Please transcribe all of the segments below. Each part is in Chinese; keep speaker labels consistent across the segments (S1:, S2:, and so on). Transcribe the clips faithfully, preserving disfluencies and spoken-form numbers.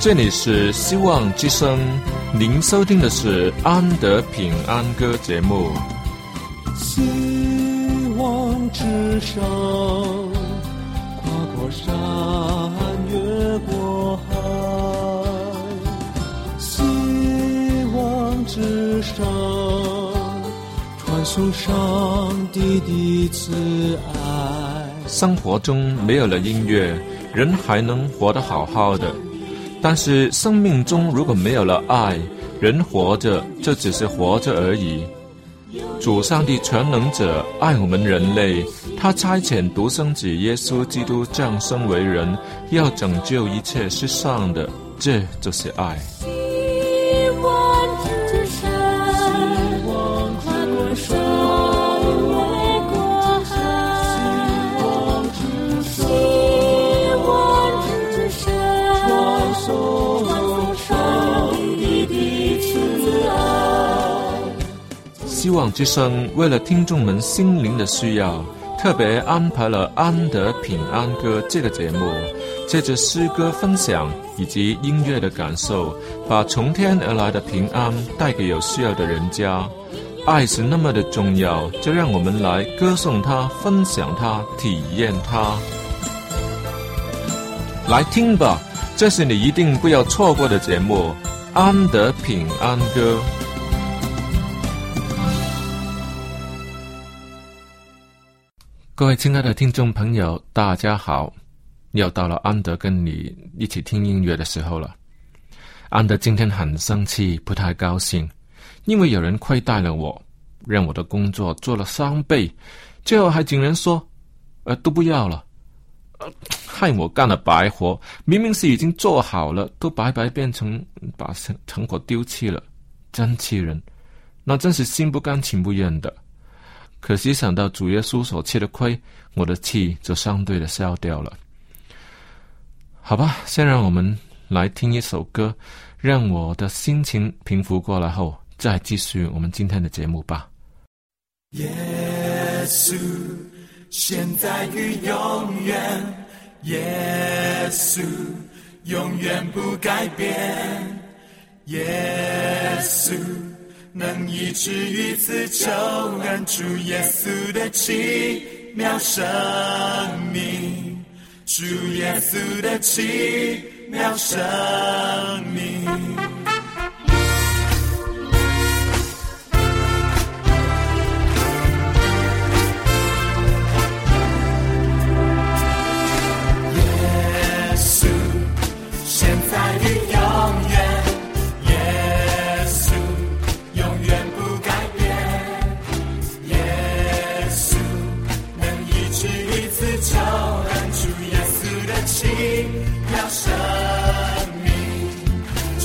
S1: 这里是希望之声，您收听的是安德平安歌节目。
S2: 希望之声，跨过山，越过海。希望之声，传送上帝的慈爱。
S1: 生活中没有了音乐，人还能活得好好的。但是生命中如果没有了爱，人活着就只是活着而已。主上帝全能者爱我们人类，他差遣独生子耶稣基督降生为人，要拯救一切世上的，这就是爱。
S3: 希望之声，跨过山，越过海。希望之声，传送上帝的慈爱。
S1: 希望之声为了听众们心灵的需要，特别安排了安德平安歌这个节目，借着诗歌分享以及音乐的感受，把从天而来的平安带给有需要的人家。爱是那么的重要，就让我们来歌颂它，分享它，体验它。来听吧，这是你一定不要错过的节目，安德平安歌。各位亲爱的听众朋友，大家好，又到了安德跟你一起听音乐的时候了。安德今天很生气，不太高兴，因为有人亏待了我，让我的工作做了三倍，最后还竟然说呃，都不要了，呃，害我干了白活，明明是已经做好了，都白白变成把成果丢弃了，真气人，那真是心不甘情不愿的。可惜想到主耶稣所吃的亏，我的气就相对的消掉了。好吧，先让我们来听一首歌，让我的心情平复过来后，再继续我们今天的节目吧。
S4: 耶稣，现在与永远，耶稣，永远不改变，耶稣，能医治于此救恩，主耶稣的奇妙生命，主耶稣的奇妙生命。耶稣，现在与永远，耶稣永远不改变，耶稣能医治于此救恩，主耶稣的奇妙生命，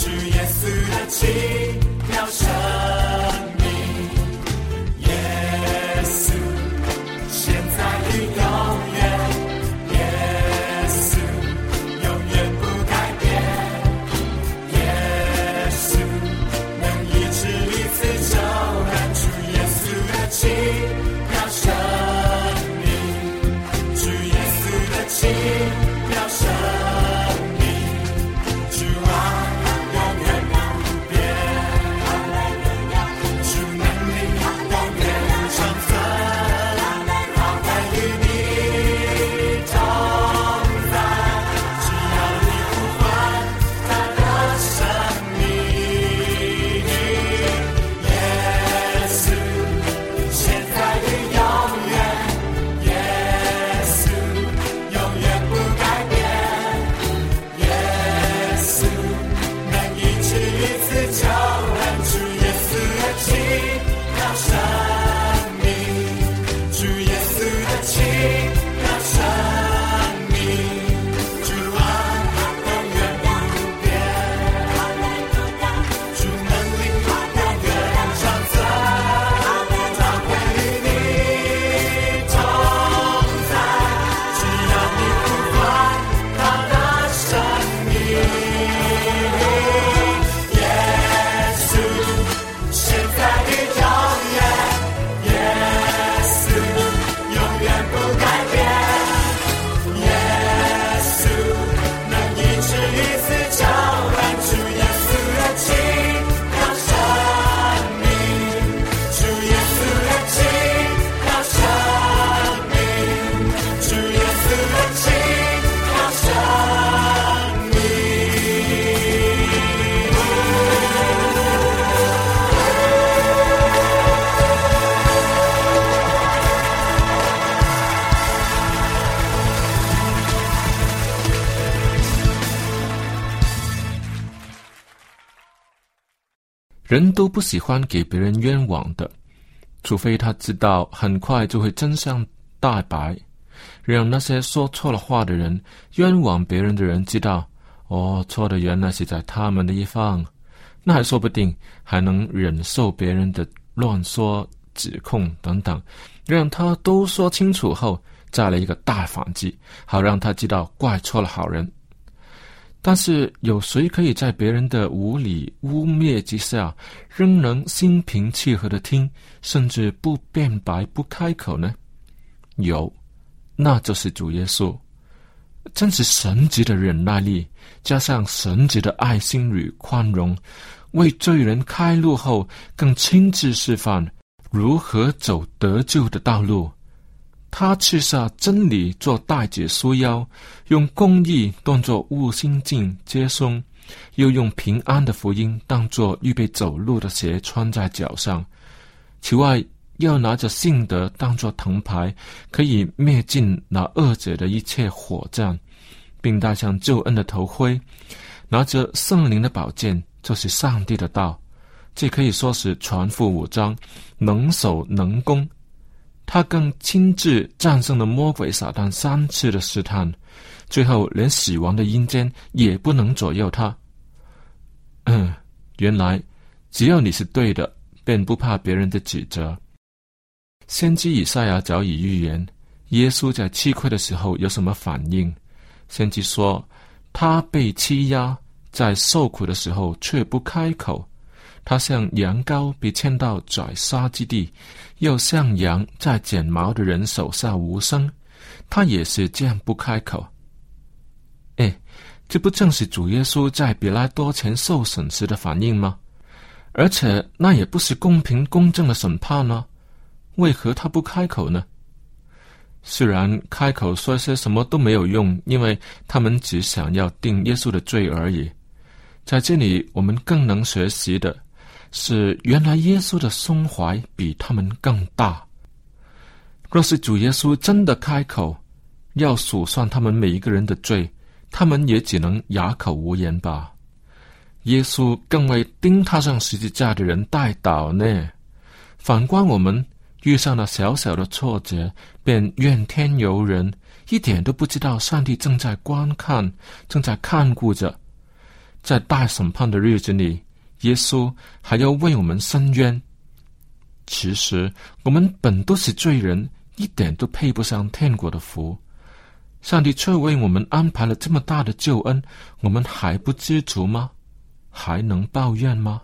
S1: 人都不喜欢给别人冤枉的，除非他知道很快就会真相大白，让那些说错了话的人，冤枉别人的人知道，哦，错的原来是在他们的一方，那还说不定还能忍受别人的乱说指控等等，让他都说清楚后再来一个大反击，好让他知道怪错了好人。但是有谁可以在别人的无理污蔑之下仍能心平气和的听，甚至不辩白不开口呢？有，那就是主耶稣。真是神级的忍耐力，加上神级的爱心与宽容，为罪人开路后，更亲自示范如何走得救的道路。他赐下真理做带子束腰，用公义当作护心镜接松，又用平安的福音当作预备走路的鞋穿在脚上。此外，要拿着信德当作藤牌，可以灭尽那恶者的一切火战，并戴上救恩的头盔，拿着圣灵的宝剑，就是上帝的道。这可以说是全副武装，能守能攻。他更亲自战胜了魔鬼撒旦三次的试探，最后连死亡的阴间也不能左右他。嗯，原来只要你是对的，便不怕别人的指责。先知以赛亚早已预言耶稣在吃亏的时候有什么反应。先知说，他被欺压，在受苦的时候却不开口，他像羊羔被牵到宰杀之地，又像羊在剪毛的人手下无声，他也是这样不开口。哎，这不正是主耶稣在比拉多前受审时的反应吗？而且那也不是公平公正的审判呢，为何他不开口呢？虽然开口说些什么都没有用，因为他们只想要定耶稣的罪而已。在这里我们更能学习的是，原来耶稣的胸怀比他们更大。若是主耶稣真的开口要数算他们每一个人的罪，他们也只能哑口无言吧。耶稣更为钉他上十字架的人代祷呢。反观我们，遇上了小小的挫折便怨天尤人，一点都不知道上帝正在观看，正在看顾着。在大审判的日子里，耶稣还要为我们伸冤。其实我们本都是罪人，一点都配不上天国的福，上帝却为我们安排了这么大的救恩，我们还不知足吗？还能抱怨吗？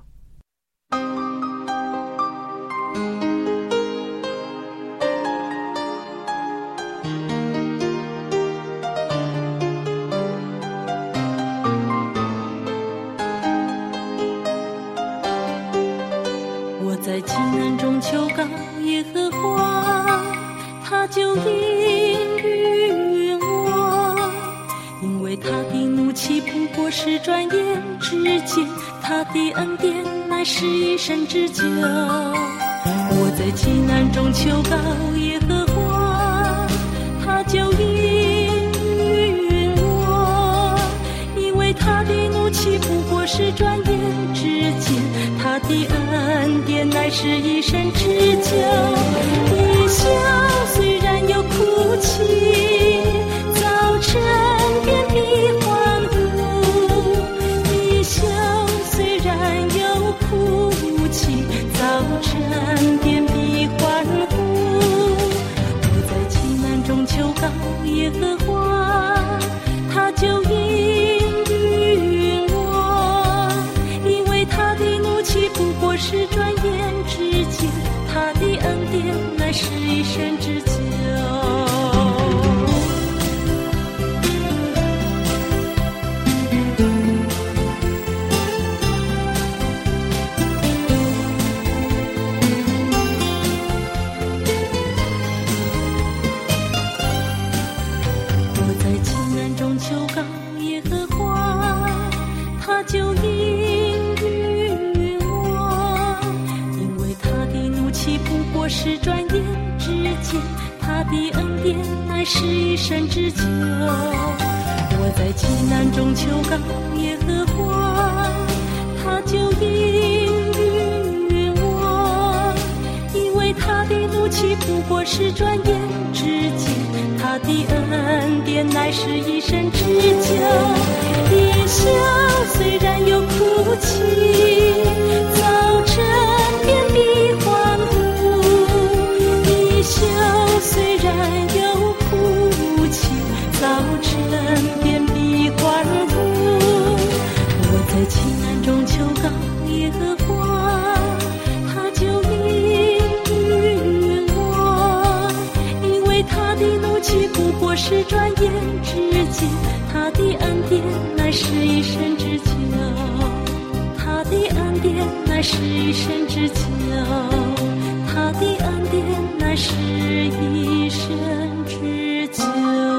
S3: 在急难中求告耶和华，他就应允我，因为他的怒气不过是转眼之间，他的恩典乃是一生之久。我在急难中求告耶和华，他就应允我，因为他的怒气不过是转眼之间，他的恩典乃是一生之久。一笑虽然有哭泣，早晨便必欢呼。一笑虽然有哭泣，早晨便必欢呼。我在急难中求告耶和华，他就应允我，因为他的怒气不过是转眼之间，他的恩典乃是一生之久。我在急难中求告耶和华，他就应允我，因为他的怒气不过是转眼之间，他的恩典乃是一生之久。我在急难中求告耶和华，他就应允怒气不过是转眼之间，他的恩典乃是一生之久。一笑虽然有哭泣，早晨便必欢呼。一笑虽然有哭泣，早晨便必欢呼。我在轻难中求告耶和华，他就应允我，因为他的怒气不过是转眼之间，他的恩典乃是一生之久，他的恩典乃是一生之久，他的恩典乃是一生之久。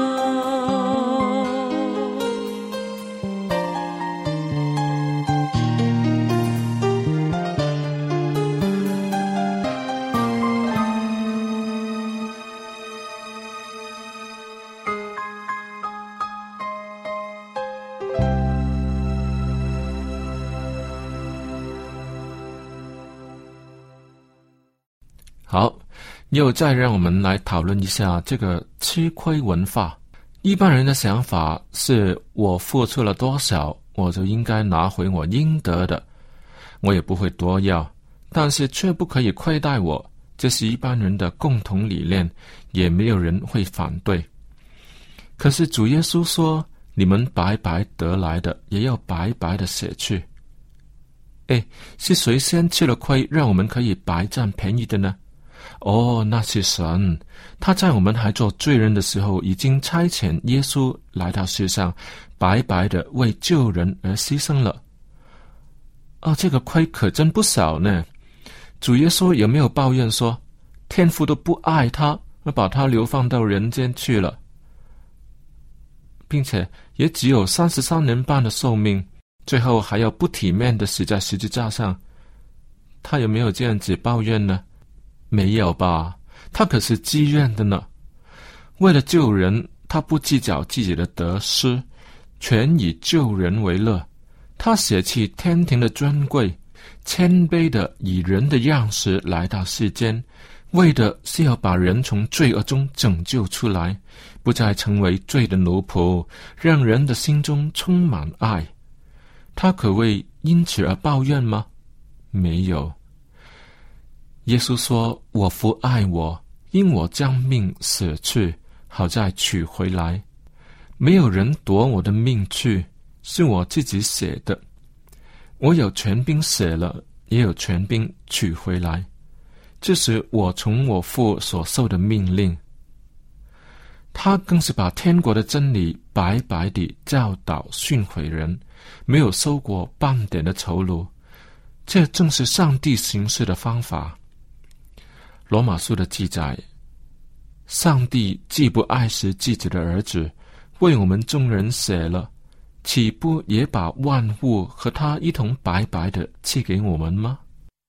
S1: 好，又再让我们来讨论一下这个吃亏文化。一般人的想法是，我付出了多少，我就应该拿回我应得的，我也不会多要，但是却不可以亏待我，这是一般人的共同理念，也没有人会反对。可是主耶稣说，你们白白得来的，也要白白的舍去。诶，是谁先吃了亏，让我们可以白占便宜的呢？哦，那是神，他在我们还做罪人的时候，已经差遣耶稣来到世上，白白的为救人而牺牲了。啊，这个亏可真不少呢。主耶稣有没有抱怨说，天父都不爱他，而把他流放到人间去了，并且也只有三十三年半的寿命，最后还要不体面的死在十字架上，他有没有这样子抱怨呢？没有吧，他可是自愿的呢。为了救人，他不计较自己的得失，全以救人为乐。他舍弃天庭的尊贵，谦卑的以人的样式来到世间，为的是要把人从罪恶中拯救出来，不再成为罪的奴仆，让人的心中充满爱。他可谓因此而抱怨吗？没有。耶稣说，我父爱我，因我将命舍去，好再取回来。没有人夺我的命去，是我自己舍的。我有权柄舍了，也有权柄取回来，这是我从我父所受的命令。他更是把天国的真理白白地教导训诲人，没有收过半点的酬劳，这正是上帝行事的方法。罗马书的记载，上帝既不爱惜自己的儿子，为我们众人舍了，岂不也把万物和他一同白白的赐给我们吗？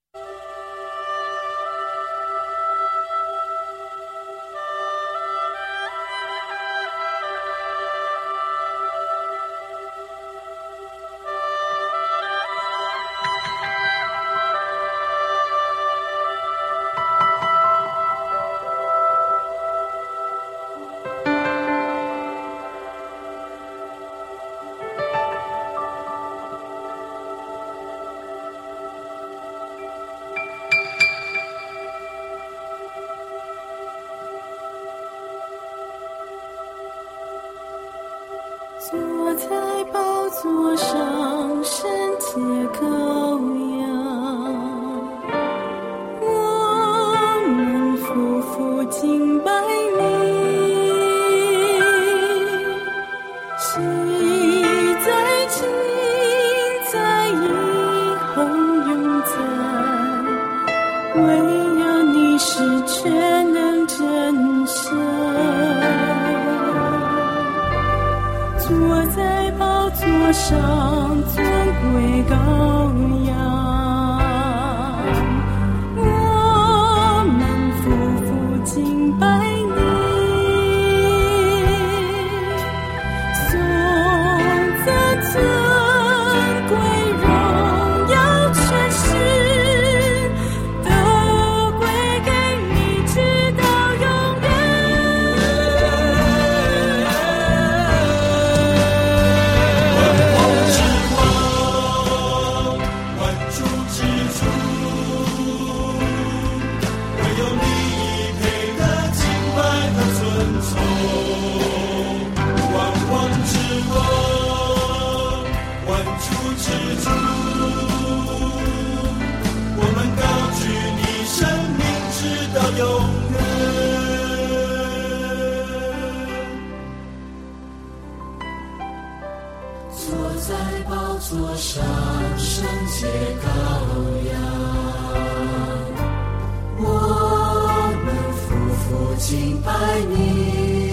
S3: 坐在宝座上，圣洁羔羊，我们夫妇敬拜你，喜在今在以后永在，唯有你是全能真神。坐在宝座上，尊贵羔羊，我们夫妇敬拜你，颂赞尊贵荣耀全是都归给你，只
S2: 坐在宝座上，圣洁羔羊，我们夫妇敬拜你，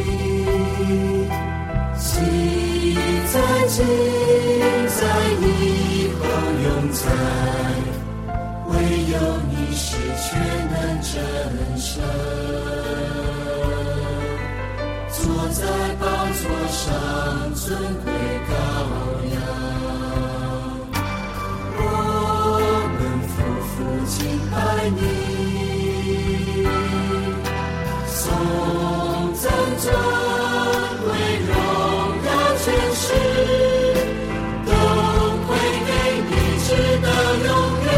S2: 记在今在以后永在，唯有你是全能真神，坐在宝座上尊贵羔羊，我们夫妇敬拜你，颂赞尊贵荣耀权势都归给你，直到永远。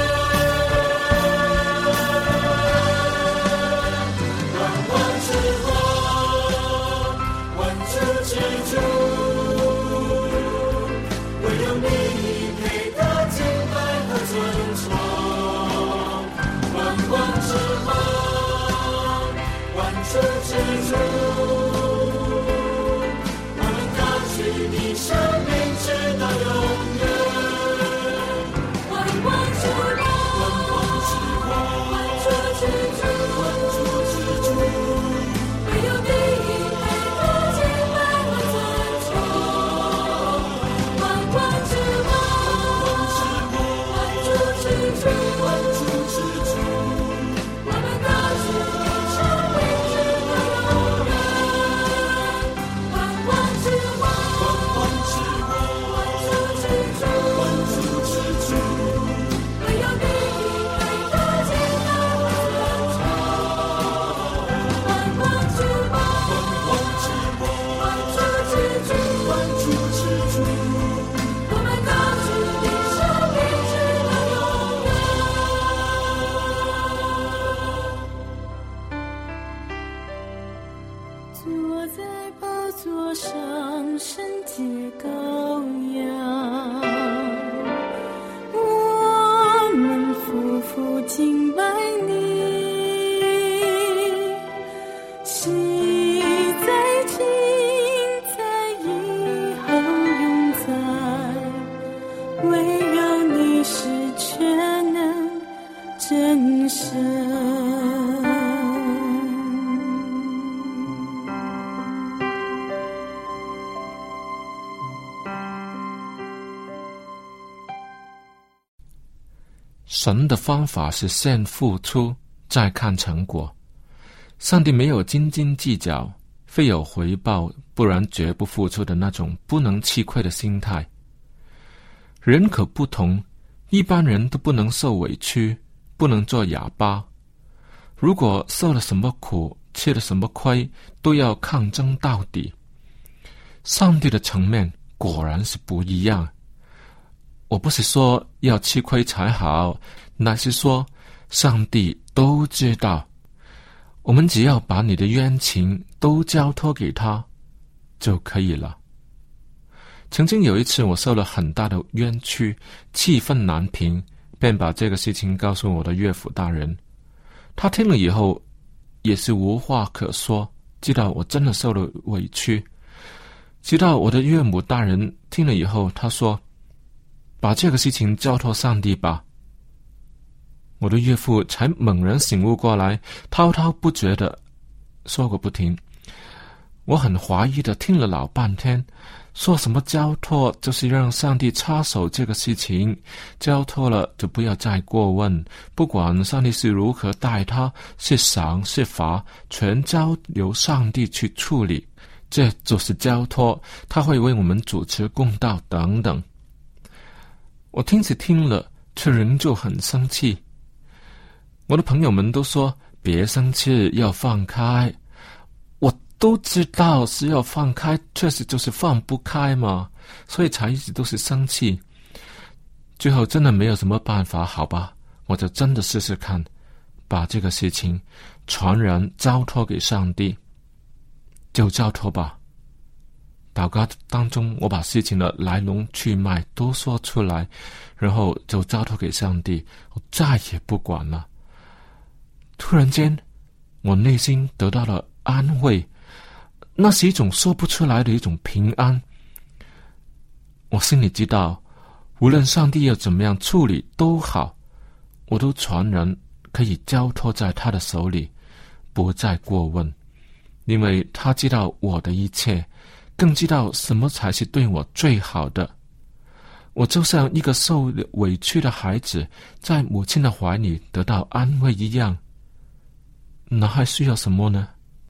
S3: 坐在宝座上，圣洁羔羊，我们夫妇敬拜你，喜在今在以后永在，唯有你是全能真神。
S1: 神的方法是先付出，再看成果。上帝没有斤斤计较，非有回报，不然绝不付出的那种不能吃亏的心态。人可不同，一般人都不能受委屈，不能做哑巴。如果受了什么苦，吃了什么亏，都要抗争到底。上帝的层面果然是不一样。我不是说要吃亏才好，乃是说上帝都知道，我们只要把你的冤情都交托给他就可以了。曾经有一次我受了很大的冤屈，气愤难平，便把这个事情告诉我的岳父大人。他听了以后也是无话可说，知道我真的受了委屈。直到我的岳母大人听了以后，他说，把这个事情交托上帝吧。我的岳父才猛然醒悟过来，滔滔不绝地说个不停。我很怀疑的听了老半天，说什么交托就是让上帝插手这个事情，交托了就不要再过问，不管上帝是如何待他，是赏是罚，全交由上帝去处理，这就是交托，他会为我们主持公道等等。我听是听了，却仍旧很生气。我的朋友们都说别生气，要放开。我都知道是要放开，确实就是放不开嘛，所以才一直都是生气。最后真的没有什么办法，好吧，我就真的试试看，把这个事情全然交托给上帝，就交托吧。祷告当中，我把事情的来龙去脉都说出来，然后就交托给上帝，我再也不管了。突然间，我内心得到了安慰，那是一种说不出来的一种平安。 我心里知道，无论上帝要怎么样处理都好，我都全然可以交托在他的手里，不再过问，因为他知道我的一切，更知道什么才是对我最好的。我就像一个受委屈的孩子在母亲的怀里得到安慰一样，那还需要什么呢？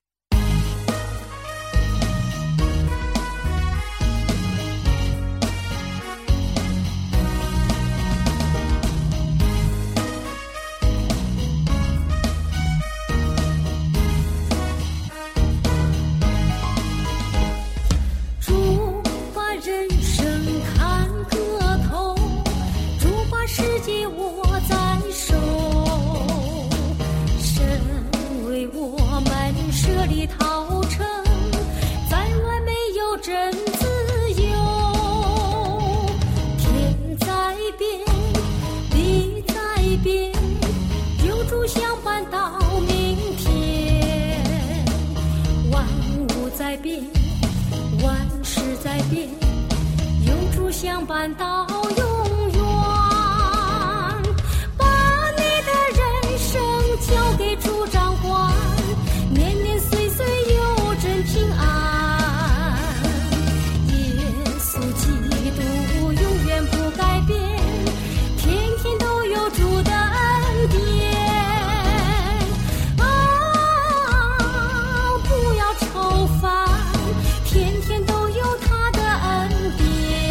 S3: 相伴到永远，把你的人生交给主掌管，年年岁岁有真平安。耶稣基督永远不改变，天天都有主的恩典。啊，不要愁烦，天天都有他的恩典。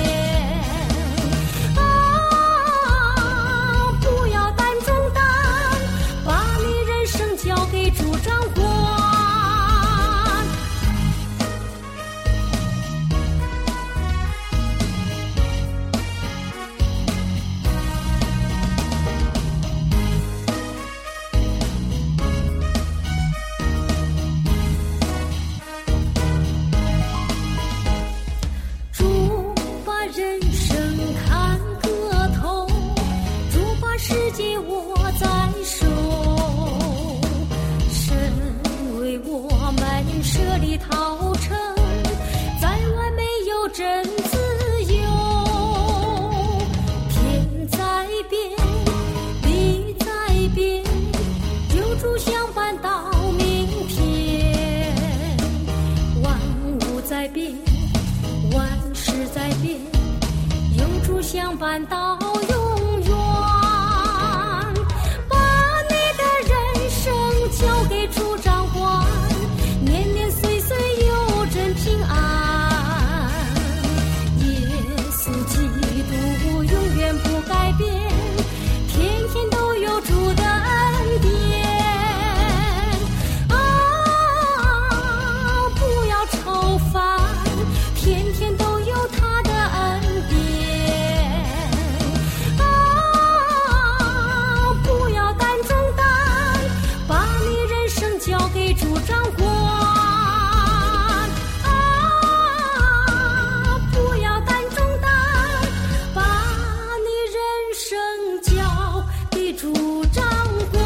S3: 相伴到永远，把你的人生交给主掌管，年年岁岁有真平安。耶稣基督永远不改变，天天都有主的恩典。啊，不要愁烦，天天都有他的恩典。主掌管啊，不要担重担，把你人生交给主掌管。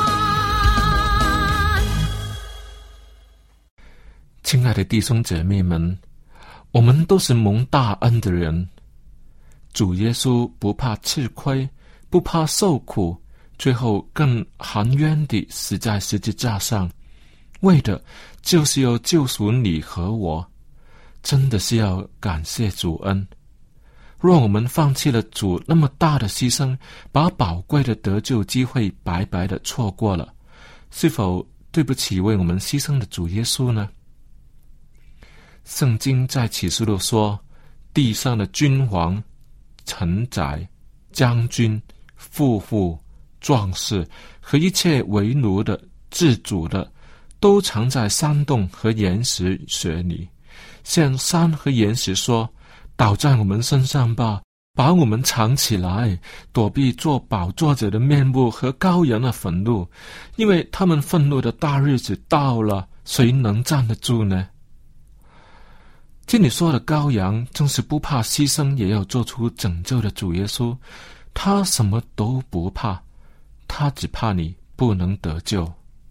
S1: 亲爱的弟兄姐妹们，我们都是蒙大恩的人。主耶稣不怕吃亏，不怕受苦，最后更含冤地死在十字架上，为的就是要救赎你和我，真的是要感谢主恩。若我们放弃了主那么大的牺牲，把宝贵的得救机会白白的错过了，是否对不起为我们牺牲的主耶稣呢？圣经在启示录说，地上的君王、臣宰、将军、富户、壮士和一切为奴的、自主的，都藏在山洞和岩石穴里，向山和岩石说：倒在我们身上吧，把我们藏起来，躲避做宝座者的面目和羔羊的愤怒，因为他们愤怒的大日子到了，谁能站得住呢？这里说的羔羊，正是不怕牺牲也要做出拯救的主耶稣。他什么都不怕，他只怕你不能得救。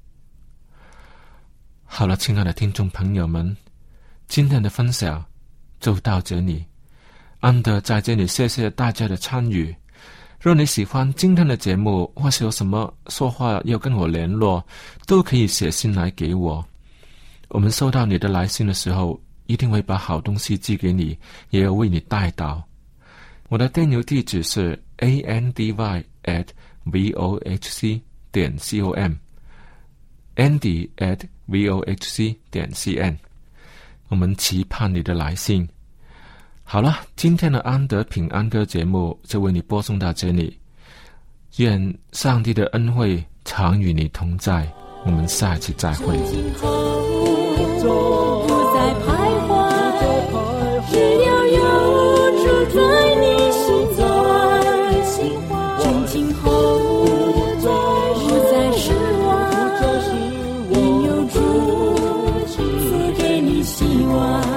S1: 好了，亲爱的听众朋友们，今天的分享就到这里。 安德在这里谢谢大家的参与。若你喜欢今天的节目，或是有什么说话要跟我联络，都可以写信来给我。我们收到你的来信的时候，一定会把好东西寄给你，也要为你带到。我的电邮地址是 andy at vohc 点 com andy at vohc 点 cn。 我们期盼你的来信。好了，今天的安德平安歌节目就为你播送到这里。愿上帝的恩惠常与你同在，我们下期再会。
S3: 今后不再徘徊，只要有主在你心在，真今后不再失望，因有主赐给你希望。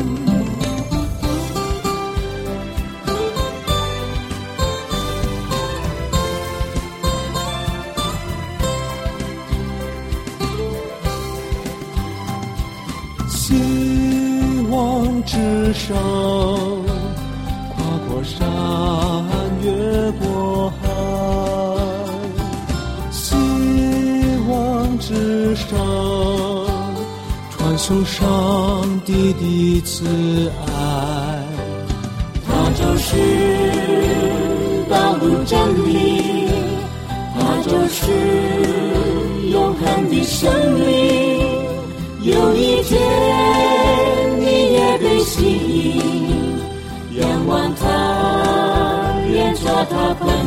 S5: 之上，跨过山，越过海，希望之上，传送上帝的慈爱。
S2: 它就是道路真理，它就是永恒的生命。有一天被吸引，仰望他，沿着他。